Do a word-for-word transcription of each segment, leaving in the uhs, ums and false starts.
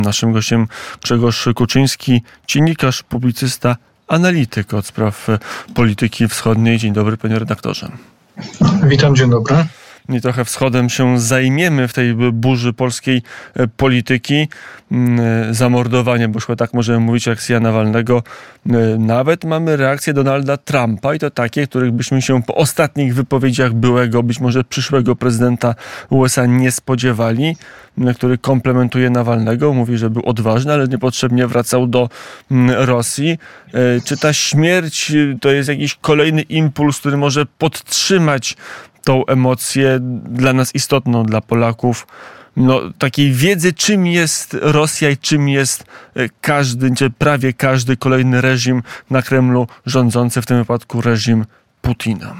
Naszym gościem Grzegorz Kuczyński, dziennikarz, publicysta, analityk od spraw polityki wschodniej. Dzień dobry, panie redaktorze. Witam, dzień dobry. I trochę wschodem się zajmiemy w tej burzy polskiej polityki. Zamordowanie, bo chyba tak możemy mówić, Aleksieja Nawalnego. Nawet mamy reakcję Donalda Trumpa i to takie, których byśmy się po ostatnich wypowiedziach byłego, być może przyszłego prezydenta U S A nie spodziewali, który komplementuje Nawalnego. Mówi, że był odważny, ale niepotrzebnie wracał do Rosji. Czy ta śmierć to jest jakiś kolejny impuls, który może podtrzymać tą emocję dla nas istotną, dla Polaków, no, takiej wiedzy, czym jest Rosja i czym jest każdy, czy prawie każdy kolejny reżim na Kremlu rządzący, w tym wypadku reżim Putina?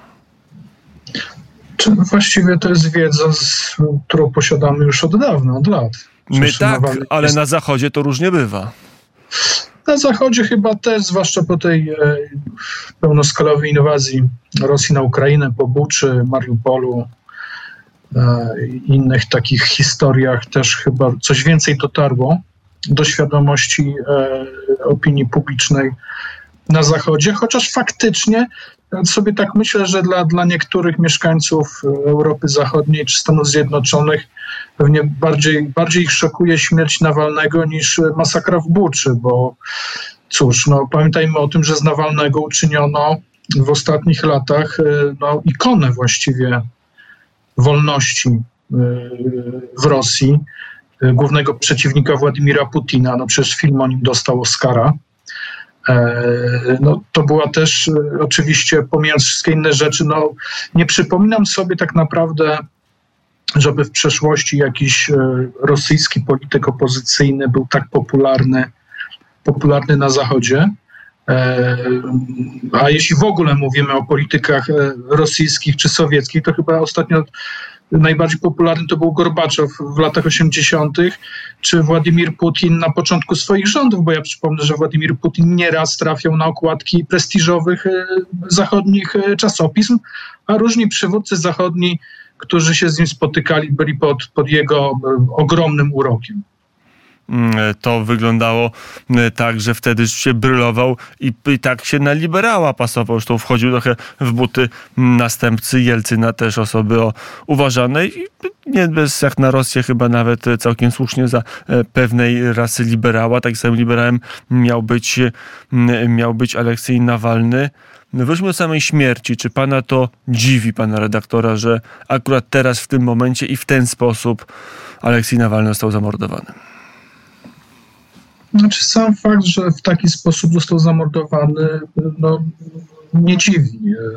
Czy właściwie to jest wiedza, z, którą posiadamy już od dawna, od lat. My tak, ale jest... na Zachodzie to różnie bywa. Na Zachodzie chyba też, zwłaszcza po tej e, pełnoskalowej inwazji Rosji na Ukrainę, po Buczy, Mariupolu e, i innych takich historiach też chyba coś więcej dotarło do świadomości e, opinii publicznej na Zachodzie, chociaż faktycznie sobie tak myślę, że dla, dla niektórych mieszkańców Europy Zachodniej czy Stanów Zjednoczonych pewnie bardziej, bardziej ich szokuje śmierć Nawalnego niż masakra w Buczy, bo cóż, no, pamiętajmy o tym, że z Nawalnego uczyniono w ostatnich latach no, ikonę właściwie wolności w Rosji, głównego przeciwnika Władimira Putina. No przecież film o nim dostał Oscara. No, to była też oczywiście, pomijając wszystkie inne rzeczy, no, nie przypominam sobie tak naprawdę, żeby w przeszłości jakiś rosyjski polityk opozycyjny był tak popularny, popularny na Zachodzie. A jeśli w ogóle mówimy o politykach rosyjskich czy sowieckich, to chyba ostatnio najbardziej popularny to był Gorbaczow w latach osiemdziesiątych, czy Władimir Putin na początku swoich rządów, bo ja przypomnę, że Władimir Putin nieraz trafiał na okładki prestiżowych zachodnich czasopism, a różni przywódcy zachodni, którzy się z nim spotykali, byli pod, pod jego ogromnym urokiem. To wyglądało tak, że wtedy się brylował i, i tak się na liberała pasował. Zresztą wchodził trochę w buty następcy Jelcyna, też osoby o, uważanej, nie bez jak na Rosję, chyba nawet całkiem słusznie za pewnej rasy liberała. Tak samym liberałem miał być, miał być Aleksiej Nawalny. Wróćmy do samej śmierci. Czy pana to dziwi, pana redaktora, że akurat teraz, w tym momencie i w ten sposób Aleksiej Nawalny został zamordowany? Znaczy sam fakt, że w taki sposób został zamordowany, no, nie dziwi.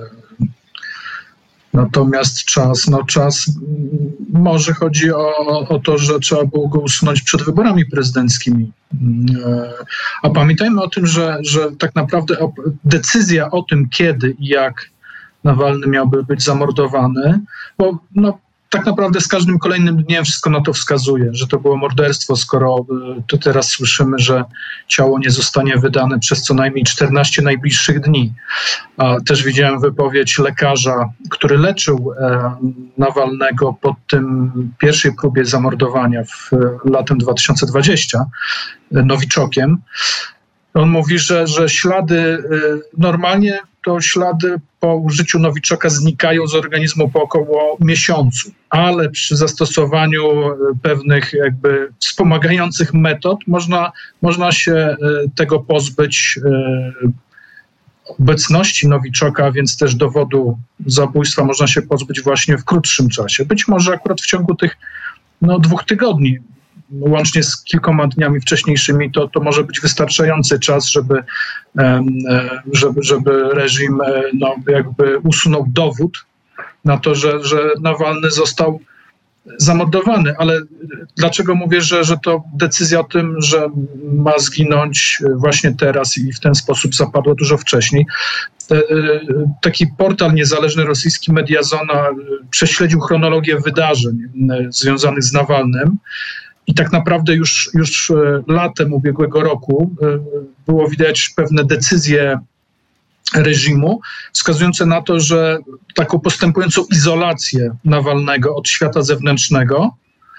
Natomiast czas, no czas, może chodzi o, o to, że trzeba było go usunąć przed wyborami prezydenckimi. A pamiętajmy o tym, że, że tak naprawdę decyzja o tym, kiedy i jak Nawalny miałby być zamordowany, bo no, tak naprawdę z każdym kolejnym dniem wszystko na to wskazuje, że to było morderstwo, skoro tu teraz słyszymy, że ciało nie zostanie wydane przez co najmniej czternaście najbliższych dni. A też widziałem wypowiedź lekarza, który leczył e, Nawalnego po tym pierwszej próbie zamordowania w latem dwa tysiące dwudziestym, e, Nowiczokiem. On mówi, że, że ślady e, normalnie to ślady po użyciu Nowiczoka znikają z organizmu po około miesiącu, ale przy zastosowaniu pewnych jakby wspomagających metod można, można się tego pozbyć, obecności Nowiczoka, więc też dowodu zabójstwa można się pozbyć właśnie w krótszym czasie. Być może akurat w ciągu tych no, dwóch tygodni, łącznie z kilkoma dniami wcześniejszymi, to, to może być wystarczający czas, żeby, żeby, żeby reżim no, jakby usunął dowód na to, że, że Nawalny został zamordowany. Ale dlaczego mówię, że, że to decyzja o tym, że ma zginąć właśnie teraz i w ten sposób zapadła dużo wcześniej? Taki portal niezależny rosyjski Mediazona prześledził chronologię wydarzeń związanych z Nawalnym. I tak naprawdę już, już latem ubiegłego roku było widać pewne decyzje reżimu wskazujące na to, że taką postępującą izolację Nawalnego od świata zewnętrznego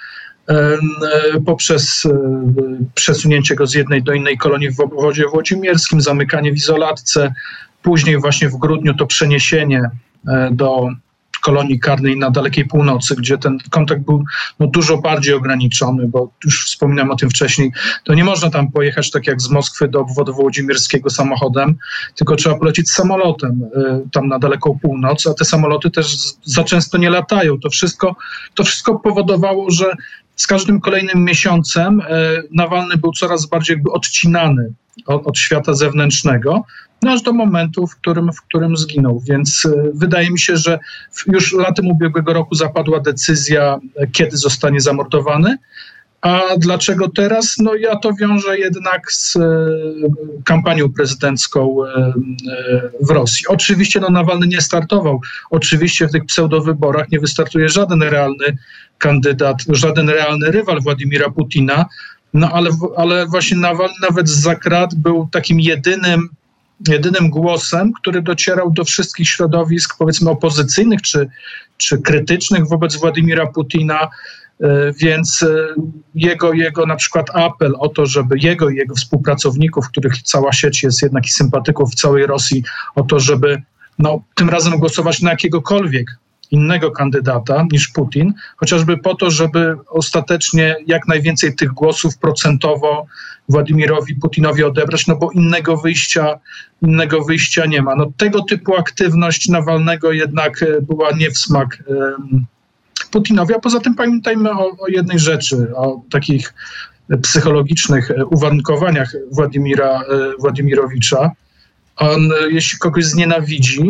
poprzez przesunięcie go z jednej do innej kolonii w obwodzie włodzimierskim, zamykanie w izolatce, później właśnie w grudniu to przeniesienie do kolonii karnej na dalekiej północy, gdzie ten kontakt był no, dużo bardziej ograniczony, bo już wspominałem o tym wcześniej, to nie można tam pojechać tak jak z Moskwy do obwodu włodzimierskiego samochodem, tylko trzeba polecieć samolotem y, tam na daleką północ, a te samoloty też za często nie latają. To wszystko, to wszystko powodowało, że z każdym kolejnym miesiącem y, Nawalny był coraz bardziej jakby odcinany od, od świata zewnętrznego, no aż do momentu, w którym, w którym zginął. Więc y, wydaje mi się, że w, już latem ubiegłego roku zapadła decyzja, kiedy zostanie zamordowany. A dlaczego teraz? No ja to wiążę jednak z y, kampanią prezydencką y, y, w Rosji. Oczywiście no, Nawalny nie startował. Oczywiście w tych pseudowyborach nie wystartuje żaden realny kandydat, żaden realny rywal Władimira Putina. No ale, ale właśnie Nawalny nawet zza krat był takim jedynym jedynym głosem, który docierał do wszystkich środowisk, powiedzmy, opozycyjnych czy, czy krytycznych wobec Władimira Putina, więc jego, jego na przykład apel o to, żeby jego i jego współpracowników, których cała sieć jest jednak i sympatyków w całej Rosji, o to, żeby no, tym razem głosować na jakiegokolwiek innego kandydata niż Putin, chociażby po to, żeby ostatecznie jak najwięcej tych głosów procentowo Władimirowi Putinowi odebrać, no bo innego wyjścia, innego wyjścia nie ma. No tego typu aktywność Nawalnego jednak była nie w smak um, Putinowi, a poza tym pamiętajmy o, o jednej rzeczy, o takich psychologicznych uwarunkowaniach Władimira Władimirowicza. On, jeśli kogoś znienawidzi,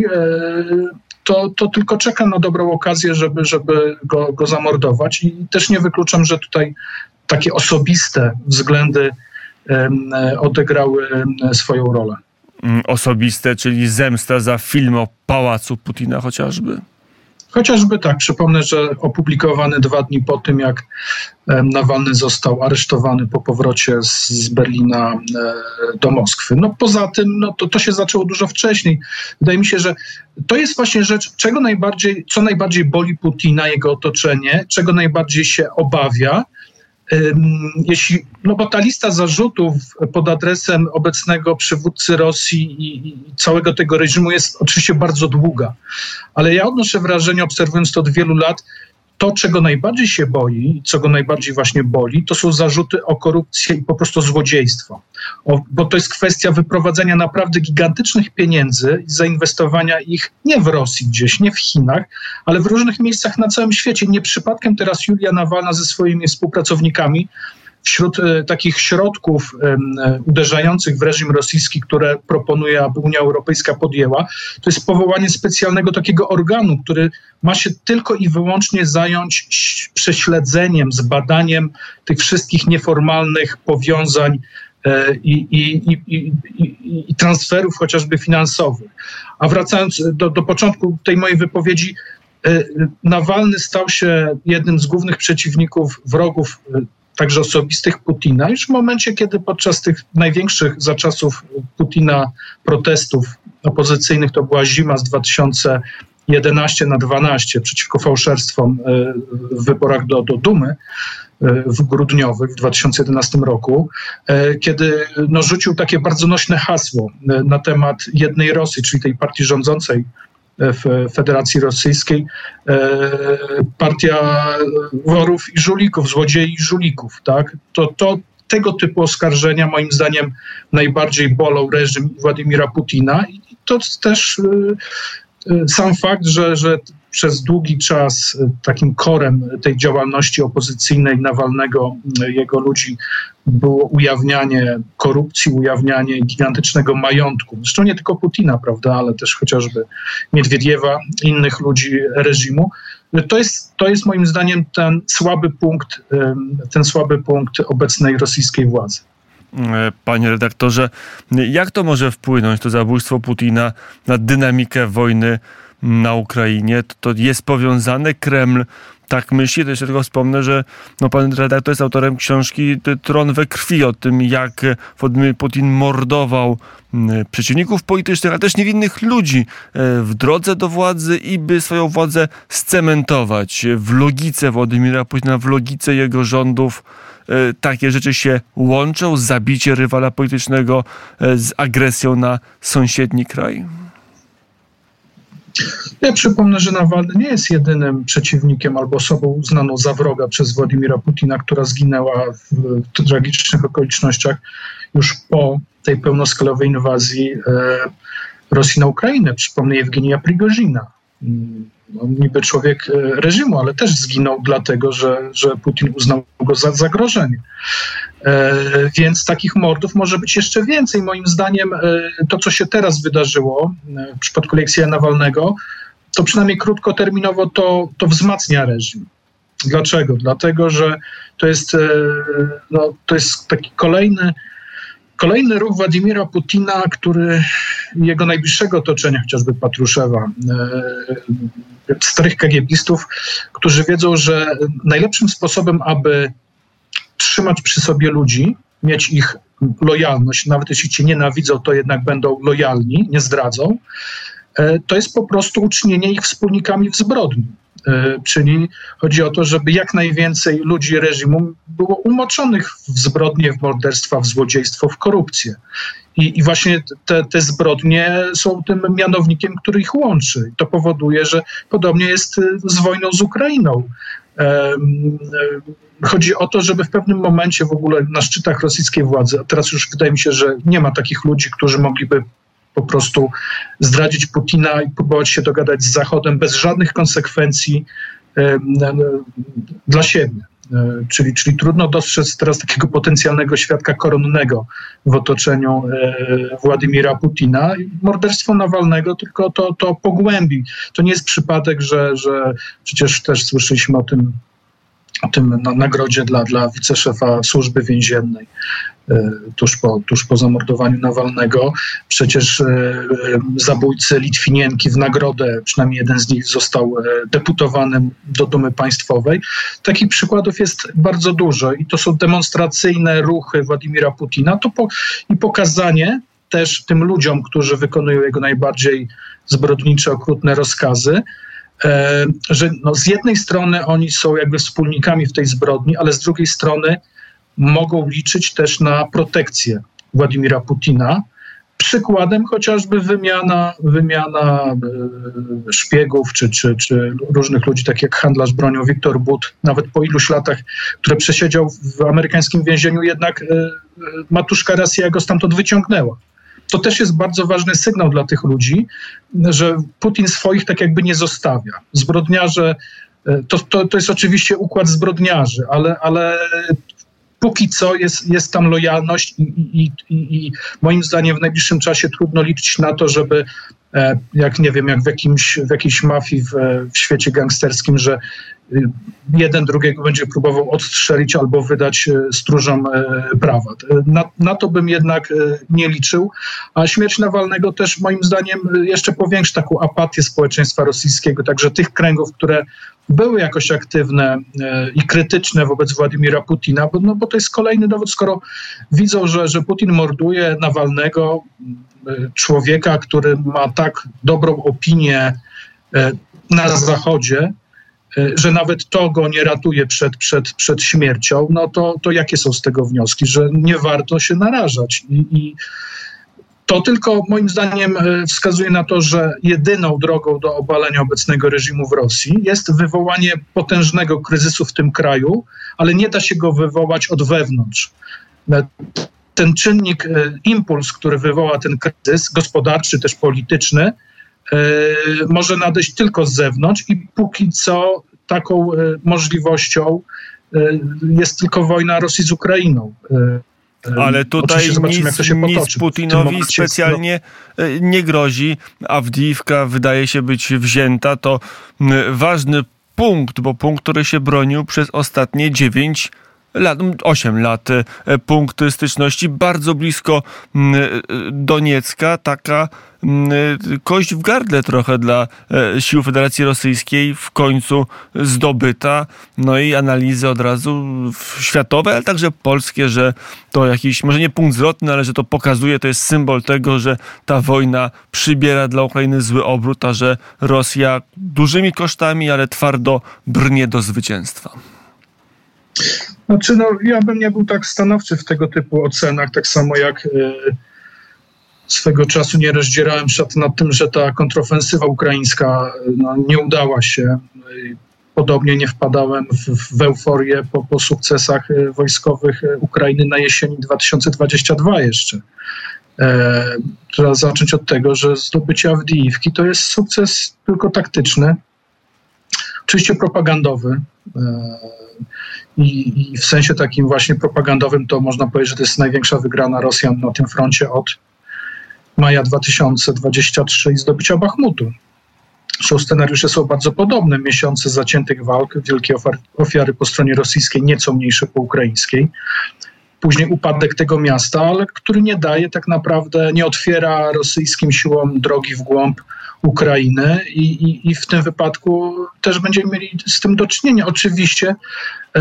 to, to tylko czeka na dobrą okazję, żeby, żeby go, go zamordować. I też nie wykluczam, że tutaj takie osobiste względy um, odegrały swoją rolę. Osobiste, czyli zemsta za film o pałacu Putina chociażby? Chociażby tak. Przypomnę, że opublikowany dwa dni po tym, jak Nawalny został aresztowany po powrocie z, z Berlina do Moskwy. No poza tym, no to, to się zaczęło dużo wcześniej. Wydaje mi się, że to jest właśnie rzecz, czego najbardziej, co najbardziej boli Putina, jego otoczenie, czego najbardziej się obawia. Jeśli, no bo ta lista zarzutów pod adresem obecnego przywódcy Rosji i, i całego tego reżimu jest oczywiście bardzo długa, ale ja odnoszę wrażenie, obserwując to od wielu lat, to, czego najbardziej się boi, co go najbardziej właśnie boli, to są zarzuty o korupcję i po prostu złodziejstwo. O, bo to jest kwestia wyprowadzenia naprawdę gigantycznych pieniędzy i zainwestowania ich nie w Rosji gdzieś, nie w Chinach, ale w różnych miejscach na całym świecie. Nie przypadkiem teraz Julia Nawalna ze swoimi współpracownikami wśród e, takich środków e, uderzających w reżim rosyjski, które proponuje, aby Unia Europejska podjęła, to jest powołanie specjalnego takiego organu, który ma się tylko i wyłącznie zająć prześledzeniem, zbadaniem tych wszystkich nieformalnych powiązań e, i, i, i, i, i, i transferów chociażby finansowych. A wracając do, do początku tej mojej wypowiedzi, e, Nawalny stał się jednym z głównych przeciwników, wrogów e, także osobistych Putina, już w momencie, kiedy podczas tych największych za czasów Putina protestów opozycyjnych, to była zima z dwa tysiące jedenastego na dwanaście przeciwko fałszerstwom w wyborach do, do Dumy w grudniowych w dwa tysiące jedenastym roku, kiedy no, rzucił takie bardzo nośne hasło na temat jednej Rosji, czyli tej partii rządzącej w Federacji Rosyjskiej, partia worów i żulików, złodziei i żulików, tak? To, to tego typu oskarżenia moim zdaniem najbardziej bolą reżim Władimira Putina i to też sam fakt, że, że przez długi czas takim korem tej działalności opozycyjnej Nawalnego, jego ludzi, było ujawnianie korupcji, ujawnianie gigantycznego majątku. Zresztą nie tylko Putina, prawda, ale też chociażby Miedwiediewa, innych ludzi reżimu. To jest, to jest moim zdaniem ten słaby punkt, ten słaby punkt obecnej rosyjskiej władzy. Panie redaktorze, jak to może wpłynąć, to zabójstwo Putina, na dynamikę wojny na Ukrainie? To jest powiązane? Kreml tak myśli, to jeszcze tylko wspomnę, że no, pan redaktor jest autorem książki Tron we krwi, o tym, jak Władimir Putin mordował przeciwników politycznych, ale też niewinnych ludzi w drodze do władzy i by swoją władzę scementować. W logice Władimira Putina, w logice jego rządów takie rzeczy się łączą. Zabicie rywala politycznego z agresją na sąsiedni kraj. Ja przypomnę, że Nawalny nie jest jedynym przeciwnikiem albo osobą uznaną za wroga przez Władimira Putina, która zginęła w tragicznych okolicznościach już po tej pełnoskalowej inwazji e, Rosji na Ukrainę. Przypomnę Jewgenija Prigozina. On niby człowiek reżimu, ale też zginął dlatego, że, że Putin uznał go za zagrożenie. E, więc takich mordów może być jeszcze więcej. Moim zdaniem e, to, co się teraz wydarzyło e, w przypadku Aleksieja Nawalnego, to przynajmniej krótkoterminowo to, to wzmacnia reżim. Dlaczego? Dlatego, że to jest, e, no, to jest taki kolejny Kolejny ruch Władimira Putina, który jego najbliższego otoczenia, chociażby Patruszewa, e, starych kagiebistów, którzy wiedzą, że najlepszym sposobem, aby trzymać przy sobie ludzi, mieć ich lojalność, nawet jeśli cię nienawidzą, to jednak będą lojalni, nie zdradzą, e, to jest po prostu uczynienie ich wspólnikami w zbrodni. Czyli chodzi o to, żeby jak najwięcej ludzi reżimu było umoczonych w zbrodnie, w morderstwa, w złodziejstwo, w korupcję. I, i właśnie te, te zbrodnie są tym mianownikiem, który ich łączy. To powoduje, że podobnie jest z wojną z Ukrainą. Chodzi o to, żeby w pewnym momencie w ogóle na szczytach rosyjskiej władzy, a teraz już wydaje mi się, że nie ma takich ludzi, którzy mogliby po prostu zdradzić Putina i próbować się dogadać z Zachodem bez żadnych konsekwencji e, dla siebie. E, czyli, czyli trudno dostrzec teraz takiego potencjalnego świadka koronnego w otoczeniu e, Władimira Putina. Morderstwo Nawalnego tylko to, to pogłębi. To nie jest przypadek, że, że przecież też słyszeliśmy o tym, o tym na nagrodzie dla, dla wiceszefa służby więziennej. Tuż po, tuż po zamordowaniu Nawalnego. Przecież e, zabójcy Litwinienki w nagrodę, przynajmniej jeden z nich został e, deputowany do Dumy Państwowej. Takich przykładów jest bardzo dużo i to są demonstracyjne ruchy Władimira Putina to po, i pokazanie też tym ludziom, którzy wykonują jego najbardziej zbrodnicze, okrutne rozkazy, e, że no, z jednej strony oni są jakby wspólnikami w tej zbrodni, ale z drugiej strony mogą liczyć też na protekcję Władimira Putina. Przykładem chociażby wymiana, wymiana e, szpiegów czy, czy, czy różnych ludzi, tak jak handlarz bronią Viktor But, nawet po iluś latach, które przesiedział w amerykańskim więzieniu, jednak e, matuszka Rosja go stamtąd wyciągnęła. To też jest bardzo ważny sygnał dla tych ludzi, że Putin swoich tak jakby nie zostawia. Zbrodniarze, e, to, to, to jest oczywiście układ zbrodniarzy, ale, ale póki co jest, jest tam lojalność i, i, i, i moim zdaniem w najbliższym czasie trudno liczyć na to, żeby e, jak nie wiem, jak w, jakimś, w jakiejś mafii w, w świecie gangsterskim, że jeden drugiego będzie próbował odstrzelić albo wydać stróżom prawa. Na, na to bym jednak nie liczył, a śmierć Nawalnego też moim zdaniem jeszcze powiększy taką apatię społeczeństwa rosyjskiego, także tych kręgów, które były jakoś aktywne i krytyczne wobec Władimira Putina, bo, no, bo to jest kolejny dowód, skoro widzą, że, że Putin morduje Nawalnego, człowieka, który ma tak dobrą opinię na Zachodzie, że nawet to go nie ratuje przed, przed, przed śmiercią, no to, to jakie są z tego wnioski? Że nie warto się narażać. I, i to tylko moim zdaniem wskazuje na to, że jedyną drogą do obalenia obecnego reżimu w Rosji jest wywołanie potężnego kryzysu w tym kraju, ale nie da się go wywołać od wewnątrz. Ten czynnik, impuls, który wywoła ten kryzys gospodarczy, też polityczny, może nadejść tylko z zewnątrz i póki co taką możliwością jest tylko wojna Rosji z Ukrainą. Ale tutaj nic, nic Putinowi specjalnie jest, no... nie grozi. Awdijiwka wydaje się być wzięta. To ważny punkt, bo punkt, który się bronił przez ostatnie dziewięć lat, osiem lat punkt styczności, bardzo blisko Doniecka, taka kość w gardle trochę dla sił Federacji Rosyjskiej, w końcu zdobyta. No i analizy od razu światowe, ale także polskie, że to jakiś, może nie punkt zwrotny, ale że to pokazuje, to jest symbol tego, że ta wojna przybiera dla Ukrainy zły obrót, a że Rosja dużymi kosztami, ale twardo brnie do zwycięstwa. Znaczy, no, ja bym nie był tak stanowczy w tego typu ocenach, tak samo jak yy, swego czasu nie rozdzierałem szat nad tym, że ta kontrofensywa ukraińska no, nie udała się. Podobnie nie wpadałem w, w euforię po, po sukcesach wojskowych Ukrainy na jesieni dwa tysiące dwudziestego drugiego jeszcze. E, trzeba zacząć od tego, że zdobycie Awdijiwki to jest sukces tylko taktyczny, oczywiście propagandowy. E, i, I w sensie takim właśnie propagandowym to można powiedzieć, że to jest największa wygrana Rosjan na tym froncie od maja dwa tysiące dwudziestego trzeciego i zdobycia Bachmutu. Zresztą scenariusze są bardzo podobne. Miesiące zaciętych walk, wielkie ofiary po stronie rosyjskiej, nieco mniejsze po ukraińskiej. Później upadek tego miasta, ale który nie daje tak naprawdę, nie otwiera rosyjskim siłom drogi w głąb Ukrainy i, i, i w tym wypadku też będziemy mieli z tym do czynienia. Oczywiście e,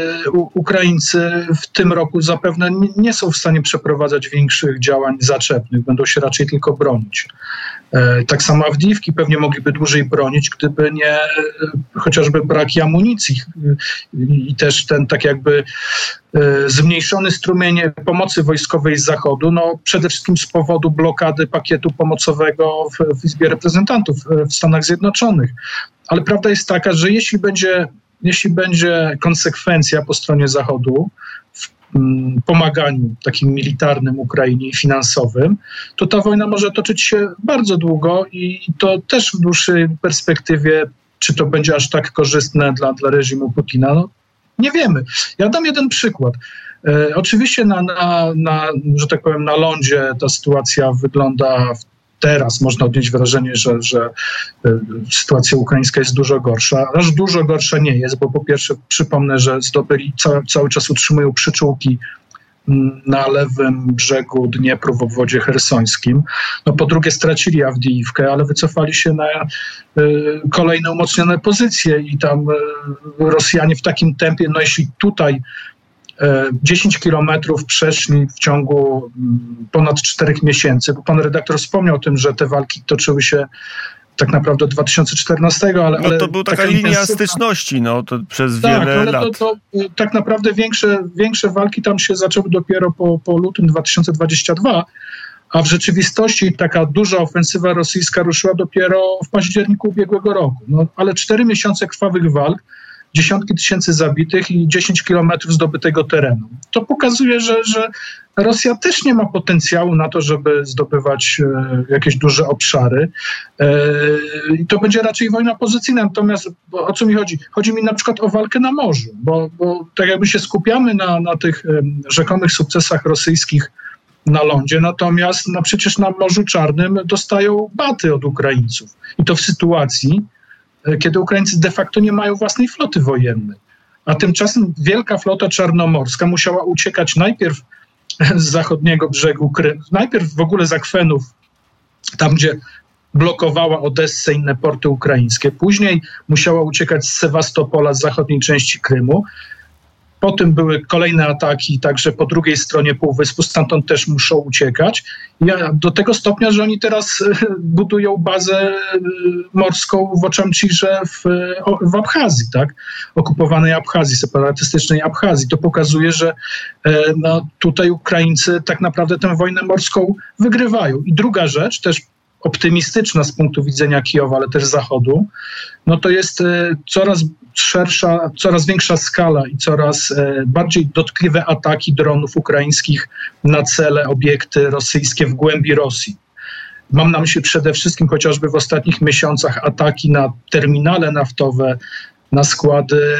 Ukraińcy w tym roku zapewne nie, nie są w stanie przeprowadzać większych działań zaczepnych, będą się raczej tylko bronić. E, tak samo Awdijiwki pewnie mogliby dłużej bronić, gdyby nie e, chociażby braki amunicji i, i też ten tak jakby e, zmniejszony strumień pomocy wojskowej z Zachodu, no przede wszystkim z powodu blokady pakietu pomocowego w, w Izbie Reprezentantów w Stanach Zjednoczonych. Ale prawda jest taka, że jeśli będzie, jeśli będzie konsekwencja po stronie Zachodu w mm, pomaganiu takim militarnym Ukrainie i finansowym, to ta wojna może toczyć się bardzo długo i to też w dłuższej perspektywie, czy to będzie aż tak korzystne dla, dla reżimu Putina, no, nie wiemy. Ja dam jeden przykład. E, oczywiście na, na, na, że tak powiem, na lądzie ta sytuacja wygląda w Teraz można odnieść wrażenie, że, że sytuacja ukraińska jest dużo gorsza. Aż dużo gorsza nie jest, bo po pierwsze przypomnę, że zdobyli, cały, cały czas utrzymują przyczółki na lewym brzegu Dniepru w obwodzie hersońskim. No, po drugie stracili Awdijiwkę, ale wycofali się na y, kolejne umocnione pozycje i tam y, Rosjanie w takim tempie, no jeśli tutaj dziesięć kilometrów przeszli w ciągu ponad czterech miesięcy, bo pan redaktor wspomniał o tym, że te walki toczyły się tak naprawdę od dwa tysiące czternastego, ale... No to była taka, taka linia intensywna styczności, no to przez tak, wiele ale lat. To, to, tak naprawdę większe, większe walki tam się zaczęły dopiero po, po lutym dwa tysiące dwudziestego drugiego, a w rzeczywistości taka duża ofensywa rosyjska ruszyła dopiero w październiku ubiegłego roku. No, ale cztery miesiące krwawych walk, dziesiątki tysięcy zabitych i dziesięć kilometrów zdobytego terenu. To pokazuje, że, że Rosja też nie ma potencjału na to, żeby zdobywać e, jakieś duże obszary. E, I to będzie raczej wojna pozycyjna. Natomiast o co mi chodzi? Chodzi mi na przykład o walkę na morzu, bo, bo tak jakby się skupiamy na, na tych e, rzekomych sukcesach rosyjskich na lądzie, natomiast no, przecież na Morzu Czarnym dostają baty od Ukraińców. I to w sytuacji, kiedy Ukraińcy de facto nie mają własnej floty wojennej. A tymczasem wielka flota czarnomorska musiała uciekać najpierw z zachodniego brzegu Krymu, najpierw w ogóle z akwenów, tam gdzie blokowała Odessę i inne porty ukraińskie. Później musiała uciekać z Sewastopola, z zachodniej części Krymu. Potem były kolejne ataki, także po drugiej stronie półwyspu, stamtąd też muszą uciekać. Ja, do tego stopnia, że oni teraz budują bazę morską w Oczamczirze w, w Abchazji, tak? Okupowanej Abchazji, separatystycznej Abchazji. To pokazuje, że no, tutaj Ukraińcy tak naprawdę tę wojnę morską wygrywają. I druga rzecz, też optymistyczna z punktu widzenia Kijowa, ale też Zachodu, no to jest coraz szersza, coraz większa skala i coraz bardziej dotkliwe ataki dronów ukraińskich na cele, obiekty rosyjskie w głębi Rosji. Mam na myśli przede wszystkim chociażby w ostatnich miesiącach ataki na terminale naftowe na składy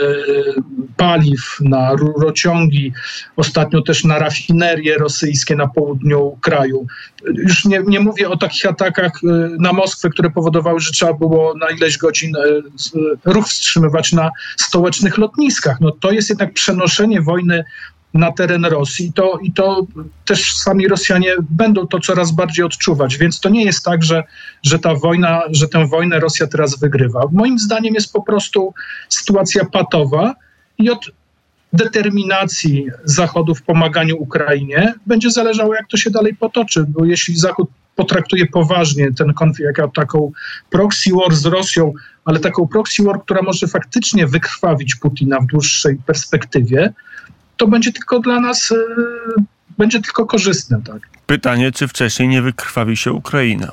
paliw, na rurociągi, ostatnio też na rafinerie rosyjskie na południu kraju. Już nie, nie mówię o takich atakach na Moskwę, które powodowały, że trzeba było na ileś godzin ruch wstrzymywać na stołecznych lotniskach. No to jest jednak przenoszenie wojny na teren Rosji, to, i to też sami Rosjanie będą to coraz bardziej odczuwać, więc to nie jest tak, że, że ta wojna, że tę wojnę Rosja teraz wygrywa. Moim zdaniem jest po prostu sytuacja patowa i od determinacji Zachodu w pomaganiu Ukrainie będzie zależało, jak to się dalej potoczy, bo jeśli Zachód potraktuje poważnie ten konflikt jako taką proxy war z Rosją, ale taką proxy war, która może faktycznie wykrwawić Putina w dłuższej perspektywie, to będzie tylko dla nas, yy, będzie tylko korzystne. Tak. Pytanie, czy wcześniej nie wykrwawi się Ukraina?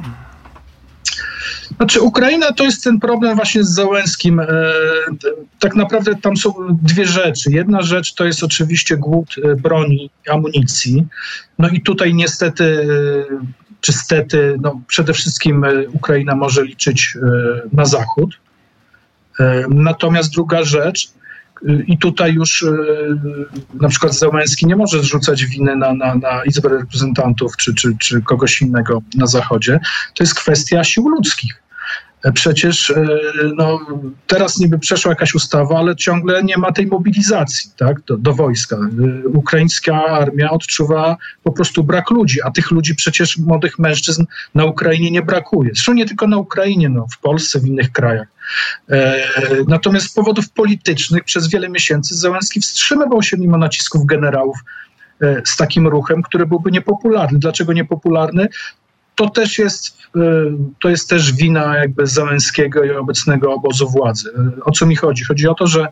Znaczy Ukraina to jest ten problem właśnie z Zełenskim. Yy, tak naprawdę tam są dwie rzeczy. Jedna rzecz to jest oczywiście głód broni i amunicji. No i tutaj niestety, yy, czy stety, no przede wszystkim Ukraina może liczyć yy, na Zachód. Yy, natomiast druga rzecz, i tutaj już na przykład Zełenski nie może zrzucać winy na, na, na Izbę Reprezentantów czy, czy, czy kogoś innego na Zachodzie. To jest kwestia sił ludzkich. Przecież no, teraz niby przeszła jakaś ustawa, ale ciągle nie ma tej mobilizacji, tak, do, do wojska. Ukraińska armia odczuwa po prostu brak ludzi, a tych ludzi przecież młodych mężczyzn na Ukrainie nie brakuje. Zresztą nie tylko na Ukrainie, no, w Polsce, w innych krajach. E, natomiast z powodów politycznych przez wiele miesięcy Zełenski wstrzymywał się mimo nacisków generałów e, z takim ruchem, który byłby niepopularny. Dlaczego niepopularny? To też jest, to jest też wina jakby Zełenskiego i obecnego obozu władzy. O co mi chodzi? Chodzi o to, że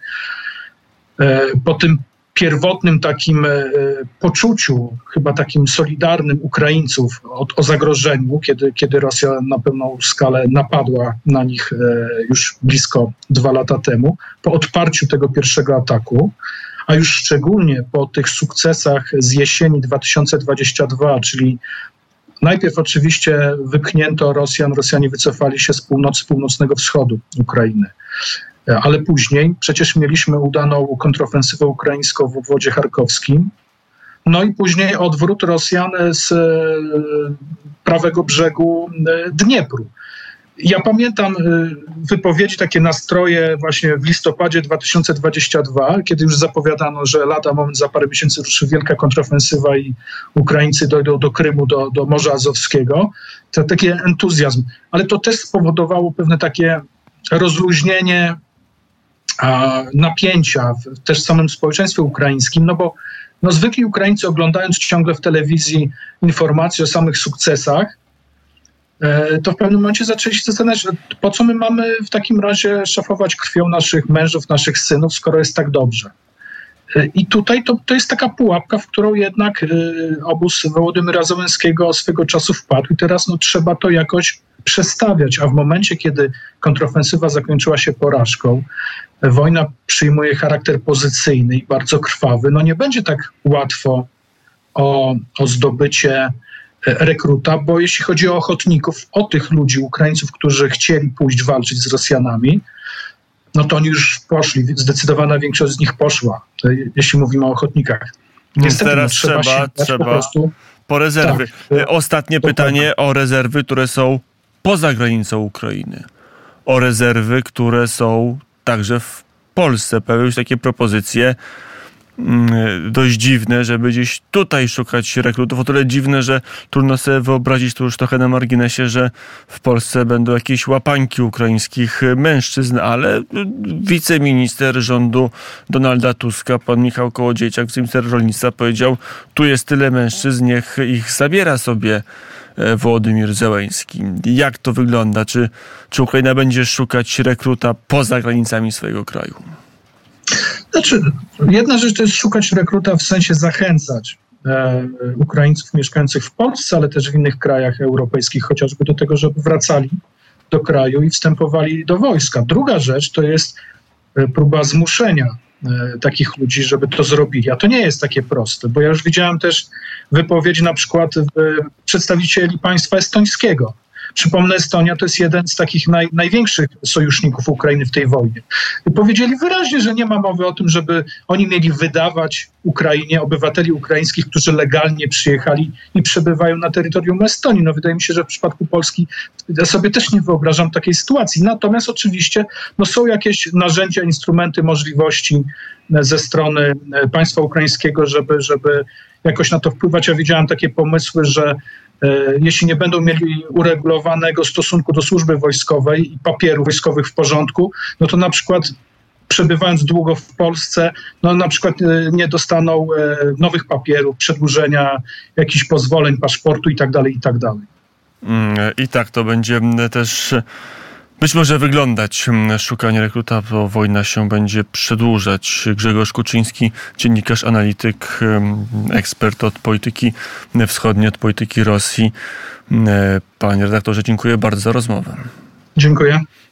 po tym pierwotnym takim poczuciu, chyba takim solidarnym Ukraińców o, o zagrożeniu, kiedy, kiedy Rosja na pełną skalę napadła na nich już blisko dwa lata temu, po odparciu tego pierwszego ataku, a już szczególnie po tych sukcesach z jesieni dwa tysiące dwudziestego drugiego, czyli najpierw oczywiście wypchnięto Rosjan, Rosjanie wycofali się z północy, północnego wschodu Ukrainy, ale później przecież mieliśmy udaną kontrofensywę ukraińską w obwodzie charkowskim, no i później odwrót Rosjan z prawego brzegu Dniepru. Ja pamiętam wypowiedzi, takie nastroje właśnie w listopadzie dwa tysiące dwudziestego drugiego, kiedy już zapowiadano, że lada moment, za parę miesięcy ruszy wielka kontrofensywa i Ukraińcy dojdą do Krymu, do, do Morza Azowskiego. To taki entuzjazm. Ale to też spowodowało pewne takie rozluźnienie a, napięcia w też samym społeczeństwie ukraińskim, no bo no, zwykli Ukraińcy, oglądając ciągle w telewizji informacje o samych sukcesach, to w pewnym momencie zaczęli się zastanawiać, po co my mamy w takim razie szafować krwią naszych mężów, naszych synów, skoro jest tak dobrze. I tutaj to, to jest taka pułapka, w którą jednak obóz Wołodymyra Zełenskiego swego czasu wpadł i teraz no, trzeba to jakoś przestawiać. A w momencie, kiedy kontrofensywa zakończyła się porażką, wojna przyjmuje charakter pozycyjny i bardzo krwawy, no nie będzie tak łatwo o, o zdobycie rekruta, bo jeśli chodzi o ochotników, o tych ludzi, Ukraińców, którzy chcieli pójść walczyć z Rosjanami, no to oni już poszli, zdecydowana większość z nich poszła, jeśli mówimy o ochotnikach. Niestety teraz no, trzeba, trzeba, trzeba po, prostu, po rezerwy. Tak, Ostatnie pytanie tak. o rezerwy, które są poza granicą Ukrainy. O rezerwy, które są także w Polsce. Pojawiły się takie propozycje dość dziwne, żeby gdzieś tutaj szukać rekrutów. O tyle dziwne, że trudno sobie wyobrazić, to już trochę na marginesie, że w Polsce będą jakieś łapańki ukraińskich mężczyzn, ale wiceminister rządu Donalda Tuska, pan Michał Kołodziejczak, wiceminister rolnictwa, powiedział, tu jest tyle mężczyzn, niech ich zabiera sobie Wołodymyr Zełenski. Jak to wygląda? Czy, czy Ukraina będzie szukać rekruta poza granicami swojego kraju? Znaczy, jedna rzecz to jest szukać rekruta, w sensie zachęcać e, Ukraińców mieszkających w Polsce, ale też w innych krajach europejskich, chociażby do tego, żeby wracali do kraju i wstępowali do wojska. Druga rzecz to jest e, próba zmuszenia e, takich ludzi, żeby to zrobili. A to nie jest takie proste, bo ja już widziałem też wypowiedzi na przykład e, przedstawicieli państwa estońskiego, Przypomnę, Estonia to jest jeden z takich naj, największych sojuszników Ukrainy w tej wojnie. I powiedzieli wyraźnie, że nie ma mowy o tym, żeby oni mieli wydawać Ukrainie obywateli ukraińskich, którzy legalnie przyjechali i przebywają na terytorium Estonii. No wydaje mi się, że w przypadku Polski ja sobie też nie wyobrażam takiej sytuacji. Natomiast oczywiście no, są jakieś narzędzia, instrumenty, możliwości ze strony państwa ukraińskiego, żeby, żeby jakoś na to wpływać. Ja widziałem takie pomysły, że e, jeśli nie będą mieli uregulowanego stosunku do służby wojskowej i papierów wojskowych w porządku, no to na przykład przebywając długo w Polsce, no na przykład e, nie dostaną e, nowych papierów, przedłużenia jakichś pozwoleń, paszportu i tak dalej, i tak dalej. I tak to będzie też być może wyglądać szukanie rekruta, bo wojna się będzie przedłużać. Grzegorz Kuczyński, dziennikarz, analityk, ekspert od polityki wschodniej, od polityki Rosji. Panie redaktorze, dziękuję bardzo za rozmowę. Dziękuję.